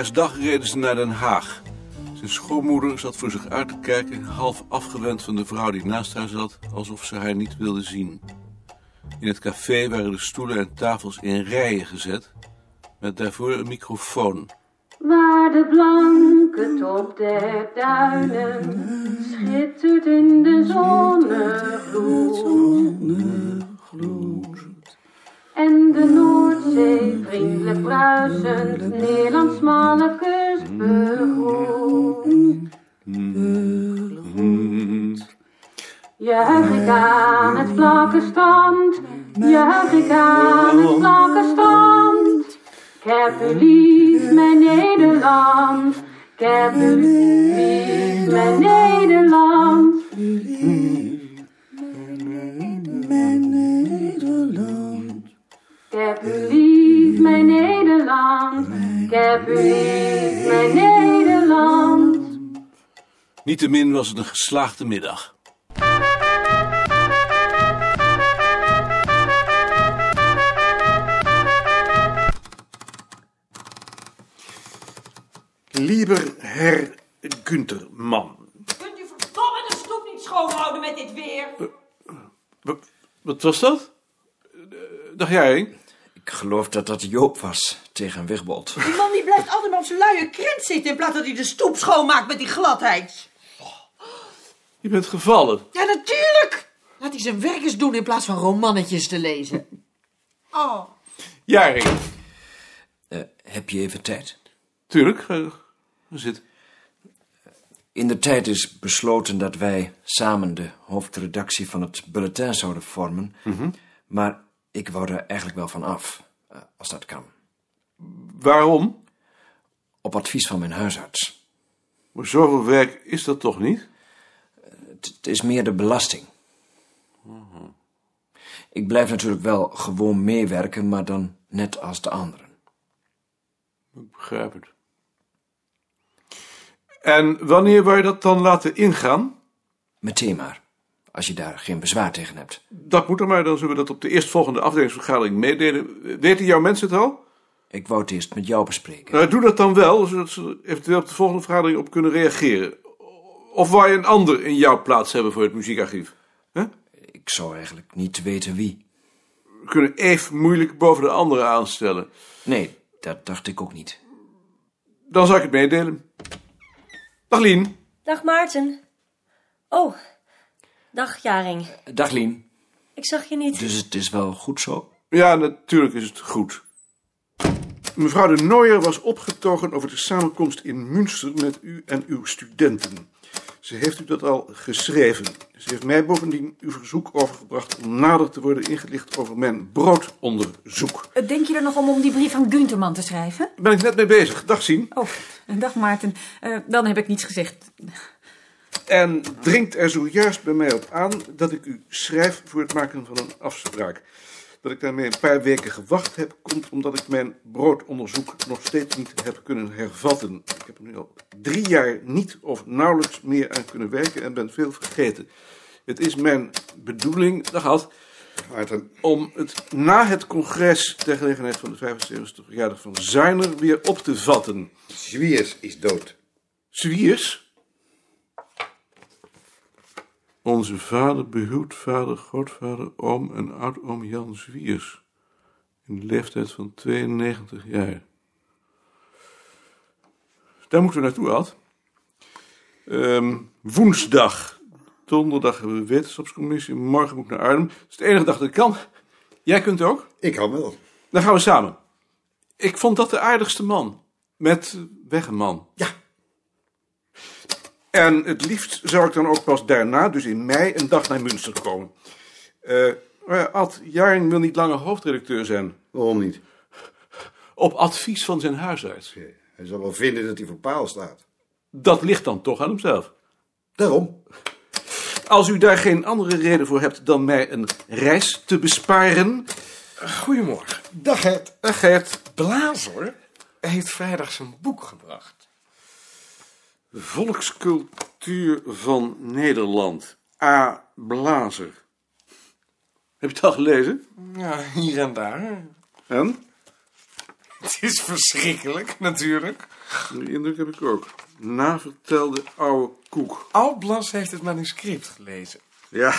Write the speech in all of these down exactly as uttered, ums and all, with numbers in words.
Oudejaarsdag reden ze naar Den Haag. Zijn schoonmoeder zat voor zich uit te kijken, half afgewend van de vrouw die naast haar zat, alsof ze haar niet wilde zien. In het café waren de stoelen en tafels in rijen gezet, met daarvoor een microfoon. Waar de blanke top der duinen schittert in de zonnegloed. En de Noordzee vriendelijk bruisend Nederlands smalle kust begroet. Juich ik aan het vlakke strand, juich ik aan het vlakke strand. Ik heb u lief, mijn Nederland, ik heb u lief, mijn Nederland. Mijn Nederland. Ik heb u lief, mijn Nederland, ik heb u lief, mijn Nederland. Niettemin was het een geslaagde middag. Lieber Herr Gunterman. Kunt u verdomme de stoep niet schoonhouden met dit weer? Wat, wat was dat? Dag jij? Ik geloof dat dat Joop was, tegen Wigbold. Die man die blijft altijd maar op zijn luie krent zitten in plaats dat hij de stoep schoonmaakt met die gladheid. Je bent gevallen. Ja, natuurlijk. Laat hij zijn werk eens doen in plaats van romannetjes te lezen. Oh. Jari. Uh, heb je even tijd? Tuurlijk, ga zitten. In de tijd is besloten dat wij samen de hoofdredactie van het bulletin zouden vormen. Mm-hmm. Maar ik wou er eigenlijk wel van af, uh, als dat kan. Waarom? Op advies van mijn huisarts. Maar zoveel werk is dat toch niet? Het uh, is meer de belasting. Mm-hmm. Ik blijf natuurlijk wel gewoon meewerken, maar dan net als de anderen. Ik begrijp het. En wanneer wou je dat dan laten ingaan? Meteen maar, als je daar geen bezwaar tegen hebt. Dat moet er maar, dan zullen we dat op de eerstvolgende afdelingsvergadering meedelen. Weten jouw mensen het al? Ik wou het eerst met jou bespreken. Nou, doe dat dan wel, zodat ze eventueel op de volgende vergadering op kunnen reageren. Of wou je een ander in jouw plaats hebben voor het muziekarchief? Huh? Ik zou eigenlijk niet weten wie. We kunnen Eve moeilijk boven de anderen aanstellen. Nee, dat dacht ik ook niet. Dan zal ik het meedelen. Dag Lien. Dag Maarten. Oh, dag Jaring. Dag Lien. Ik zag je niet. Dus het is wel goed zo? Ja, natuurlijk is het goed. Mevrouw de Nooijer was opgetogen over de samenkomst in Münster met u en uw studenten. Ze heeft u dat al geschreven. Ze heeft mij bovendien uw verzoek overgebracht om nader te worden ingelicht over mijn broodonderzoek. Denk je er nog om om die brief aan Gunterman te schrijven? Daar ben ik net mee bezig. Dag Sien. Oh, dag Maarten. Uh, dan heb ik niets gezegd. En dringt er zojuist bij mij op aan dat ik u schrijf voor het maken van een afspraak. Dat ik daarmee een paar weken gewacht heb, komt omdat ik mijn broodonderzoek nog steeds niet heb kunnen hervatten. Ik heb er nu al drie jaar niet of nauwelijks meer aan kunnen werken en ben veel vergeten. Het is mijn bedoeling, dag Ad, om het na het congres ter gelegenheid van de vijfenzeventigste verjaardag van Zuiner weer op te vatten. Zwiers is dood. Zwiers? Onze vader, behuwdvader, grootvader, oom en oudoom Jan Zwiers. In de leeftijd van tweeënnegentig jaar. Daar moeten we naartoe, Ad. Um, woensdag. Donderdag hebben we wetenschapscommissie. Morgen moet ik naar Arnhem. Dat is de enige dag dat ik kan. Jij kunt ook? Ik kan wel. Dan gaan we samen. Ik vond dat de aardigste man. Met Weggeman. Ja. En het liefst zou ik dan ook pas daarna, dus in mei, een dag naar Münster komen. Uh, Ad, Jaring wil niet langer hoofdredacteur zijn. Waarom niet? Op advies van zijn huisarts. Ja, hij zal wel vinden dat hij voor paal staat. Dat ligt dan toch aan hemzelf. Daarom. Als u daar geen andere reden voor hebt dan mij een reis te besparen. Goedemorgen. Dag Gert. Dag Gert. Blazer heeft vrijdag zijn boek gebracht. Volkscultuur van Nederland. A. Blazer. Heb je het al gelezen? Ja, hier en daar. En? Het is verschrikkelijk, natuurlijk. Die indruk heb ik ook. Navertelde oude koek. Alblas heeft het manuscript gelezen. Ja.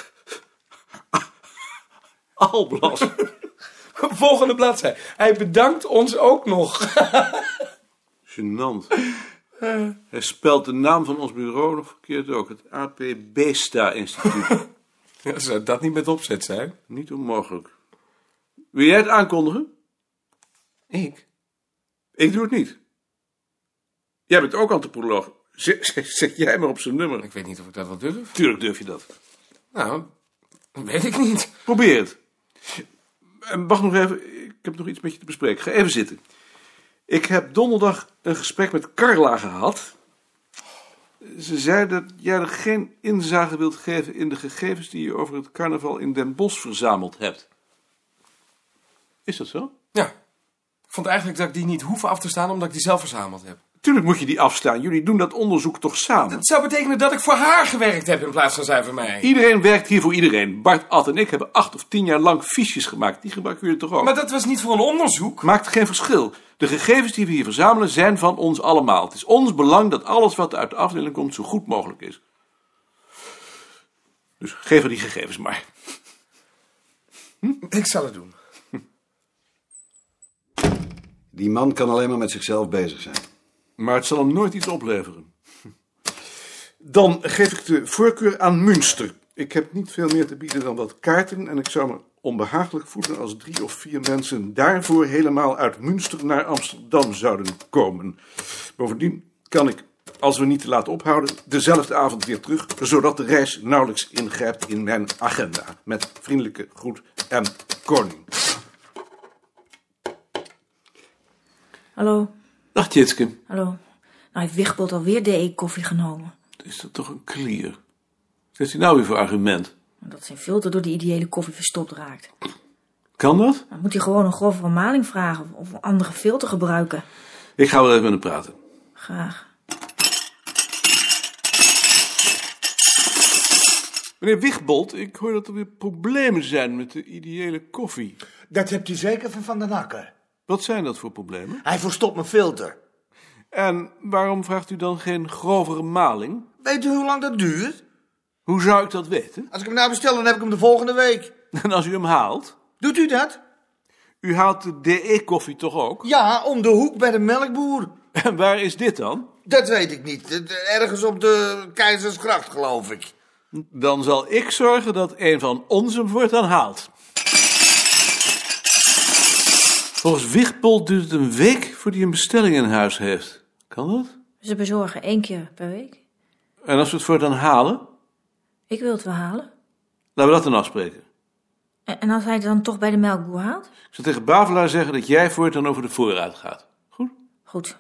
Alblas. Volgende bladzij. Hij bedankt ons ook nog. Gênant. Hij spelt de naam van ons bureau nog verkeerd ook. Het A P Besta-instituut. Ja, zou dat niet met opzet zijn? Niet onmogelijk. Wil jij het aankondigen? Ik? Ik doe het niet. Jij bent ook antropoloog. Zet, zet, zet jij maar op zijn nummer. Ik weet niet of ik dat wel durf. Tuurlijk durf je dat. Nou, weet ik niet. Probeer het. En wacht nog even, ik heb nog iets met je te bespreken. Ga even zitten. Ik heb donderdag een gesprek met Carla gehad. Ze zei dat jij er geen inzage wilt geven in de gegevens die je over het carnaval in Den Bosch verzameld hebt. Is dat zo? Ja. Ik vond eigenlijk dat ik die niet hoef af te staan omdat ik die zelf verzameld heb. Tuurlijk moet je die afstaan. Jullie doen dat onderzoek toch samen? Dat zou betekenen dat ik voor haar gewerkt heb in plaats van zij voor mij. Iedereen werkt hier voor iedereen. Bart, Ad en ik hebben acht of tien jaar lang fiches gemaakt. Die gebruiken jullie toch ook? Maar dat was niet voor een onderzoek. Maakt geen verschil. De gegevens die we hier verzamelen zijn van ons allemaal. Het is ons belang dat alles wat uit de afdeling komt zo goed mogelijk is. Dus geef er die gegevens maar. Hm? Ik zal het doen. Die man kan alleen maar met zichzelf bezig zijn. Maar het zal hem nooit iets opleveren. Dan geef ik de voorkeur aan Münster. Ik heb niet veel meer te bieden dan wat kaarten en ik zou me onbehagelijk voelen als drie of vier mensen daarvoor helemaal uit Münster naar Amsterdam zouden komen. Bovendien kan ik, als we niet te laat ophouden, dezelfde avond weer terug, zodat de reis nauwelijks ingrijpt in mijn agenda. Met vriendelijke groet en Koning. Hallo. Dag Tjitske. Hallo. Nou heeft Wigbold alweer D E koffie genomen. Is dat toch een klier? Wat heeft hij nou weer voor argument? Dat zijn filter door die ideële koffie verstopt raakt. Kan dat? Dan moet hij gewoon een grovere maling vragen of een andere filter gebruiken. Ik ga wel even met hem praten. Graag. Meneer Wigbold, ik hoor dat er weer problemen zijn met de ideële koffie. Dat hebt u zeker van Van den Akker. Wat zijn dat voor problemen? Hij verstopt mijn filter. En waarom vraagt u dan geen grovere maling? Weet u hoe lang dat duurt? Hoe zou ik dat weten? Als ik hem nou bestel, dan heb ik hem de volgende week. En als u hem haalt? Doet u dat? U haalt de D E-koffie toch ook? Ja, om de hoek bij de melkboer. En waar is dit dan? Dat weet ik niet. Ergens op de Keizersgracht, geloof ik. Dan zal ik zorgen dat een van ons hem voortaan haalt. Volgens Wigbold duurt het een week voordat hij een bestelling in huis heeft. Kan dat? Ze bezorgen één keer per week. En als we het voortaan halen? Ik wil het wel halen. Laten we dat dan afspreken. En, en als hij het dan toch bij de melkboer haalt? Ik zal tegen Bavelaar zeggen dat jij voortaan over de voorraad gaat. Goed? Goed.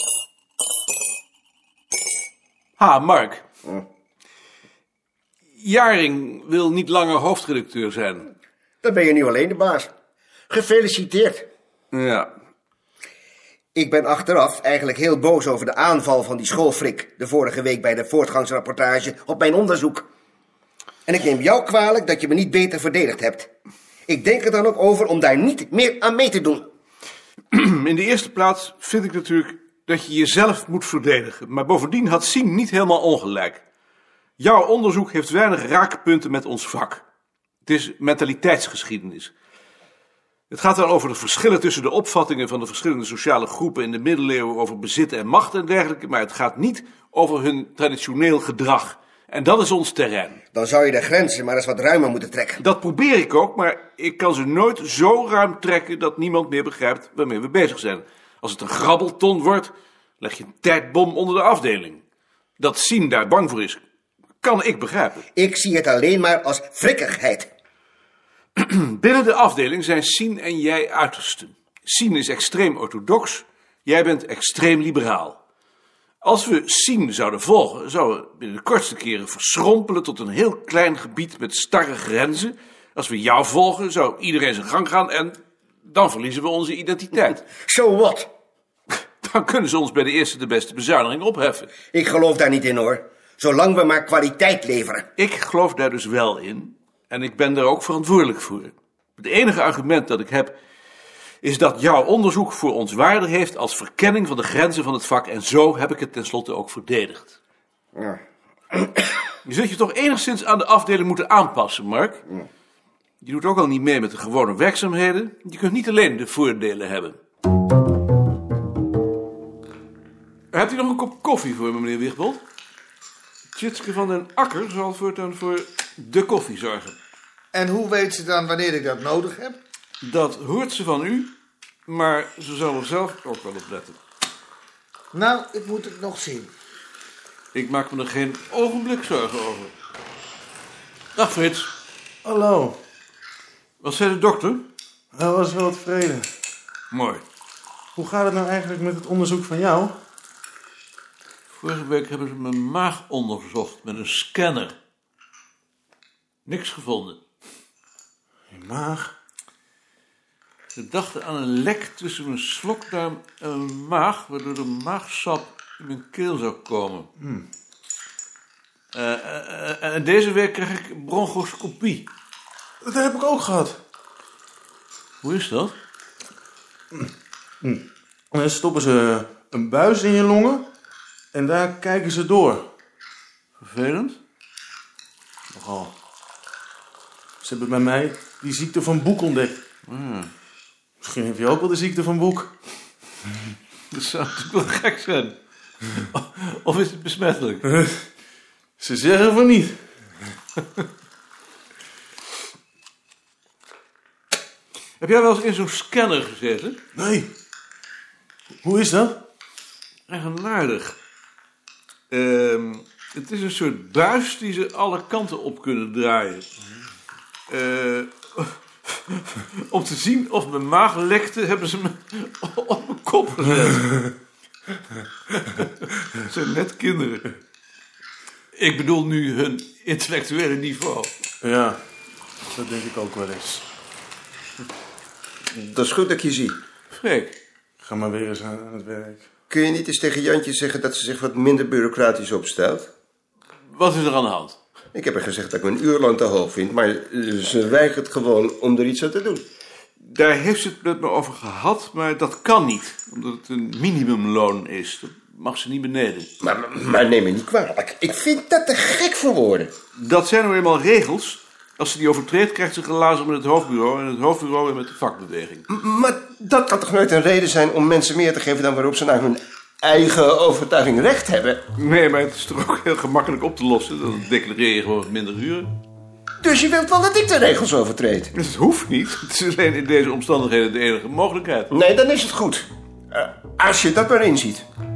Ha, Mark. Jaring wil niet langer hoofdredacteur zijn. Dan ben je nu alleen de baas. Gefeliciteerd. Ja. Ik ben achteraf eigenlijk heel boos over de aanval van die schoolfrik de vorige week bij de voortgangsrapportage op mijn onderzoek. En ik neem jou kwalijk dat je me niet beter verdedigd hebt. Ik denk er dan ook over om daar niet meer aan mee te doen. In de eerste plaats vind ik natuurlijk dat je jezelf moet verdedigen. Maar bovendien had Sien niet helemaal ongelijk. Jouw onderzoek heeft weinig raakpunten met ons vak. Het is mentaliteitsgeschiedenis. Het gaat dan over de verschillen tussen de opvattingen van de verschillende sociale groepen in de middeleeuwen over bezit en macht en dergelijke, maar het gaat niet over hun traditioneel gedrag. En dat is ons terrein. Dan zou je de grenzen maar eens wat ruimer moeten trekken. Dat probeer ik ook, maar ik kan ze nooit zo ruim trekken dat niemand meer begrijpt waarmee we bezig zijn. Als het een grabbelton wordt, leg je een tijdbom onder de afdeling. Dat Sien daar bang voor is, kan ik begrijpen. Ik zie het alleen maar als frikkigheid. Binnen de afdeling zijn Sien en jij uitersten. Sien is extreem orthodox, jij bent extreem liberaal. Als we Sien zouden volgen, zouden we binnen de kortste keren verschrompelen tot een heel klein gebied met starre grenzen. Als we jou volgen, zou iedereen zijn gang gaan en dan verliezen we onze identiteit. Zo wat? Dan kunnen ze ons bij de eerste de beste bezuiniging opheffen. Ik geloof daar niet in hoor. Zolang we maar kwaliteit leveren. Ik geloof daar dus wel in. En ik ben daar ook verantwoordelijk voor. Het enige argument dat ik heb is dat jouw onderzoek voor ons waarde heeft als verkenning van de grenzen van het vak. En zo heb ik het tenslotte ook verdedigd. Ja. Je zult je toch enigszins aan de afdeling moeten aanpassen, Mark. Ja. Je doet ook al niet mee met de gewone werkzaamheden. Je kunt niet alleen de voordelen hebben. Hebt u nog een kop koffie voor me, meneer Wigbold? Tjitske van den Akker zal voortaan voor de koffie zorgen. En hoe weet ze dan wanneer ik dat nodig heb? Dat hoort ze van u, maar ze zal er zelf ook wel op letten. Nou, ik moet het nog zien. Ik maak me er geen ogenblik zorgen over. Dag Frits. Hallo. Wat zei de dokter? Hij was wel tevreden. Mooi. Hoe gaat het nou eigenlijk met het onderzoek van jou? Vorige week hebben ze mijn maag onderzocht met een scanner. Niks gevonden. Je maag? Ze dachten aan een lek tussen mijn slokdarm en mijn maag, waardoor de maagsap in mijn keel zou komen. Hmm. Uh, uh, en deze week krijg ik bronchoscopie. Dat heb ik ook gehad. Hoe is dat? Hmm. Dan stoppen ze een buis in je longen en daar kijken ze door. Vervelend? Nogal. Ze hebben bij mij die ziekte van Boek ontdekt. Hmm. Misschien heb je ook wel de ziekte van Boek. Dat zou natuurlijk wel gek zijn. Of is het besmettelijk? Ze zeggen van niet. Heb jij wel eens in zo'n scanner gezeten? Nee. Hoe is dat? Eigenaardig. Uh, het is een soort buis die ze alle kanten op kunnen draaien. Uh, om te zien of mijn maag lekte, hebben ze me op mijn kop gezet. Het zijn net kinderen. Ik bedoel nu hun intellectuele niveau. Ja, dat denk ik ook wel eens. Dat is goed dat ik je zie. Freek. Ga maar weer eens aan het werk. Kun je niet eens tegen Jantje zeggen dat ze zich wat minder bureaucratisch opstelt? Wat is er aan de hand? Ik heb haar gezegd dat ik me een uur lang te hoog vind, maar ze weigert gewoon om er iets aan te doen. Daar heeft ze het met me over gehad, maar dat kan niet. Omdat het een minimumloon is. Dat mag ze niet beneden. Maar, maar neem me niet kwalijk. Ik vind dat te gek voor woorden. Dat zijn nou eenmaal regels. Als ze die overtreedt, krijgt ze glazen met het hoofdbureau en het hoofdbureau weer met de vakbeweging. M- maar dat kan toch nooit een reden zijn om mensen meer te geven dan waarop ze naar hun eigen overtuiging recht hebben? Nee, maar het is toch ook heel gemakkelijk op te lossen. Dan declareer je gewoon wat minder uren. Dus je wilt wel dat ik de regels overtreed? Het hoeft niet. Het is alleen in deze omstandigheden de enige mogelijkheid. Nee, dan is het goed. Uh, als je dat maar inziet.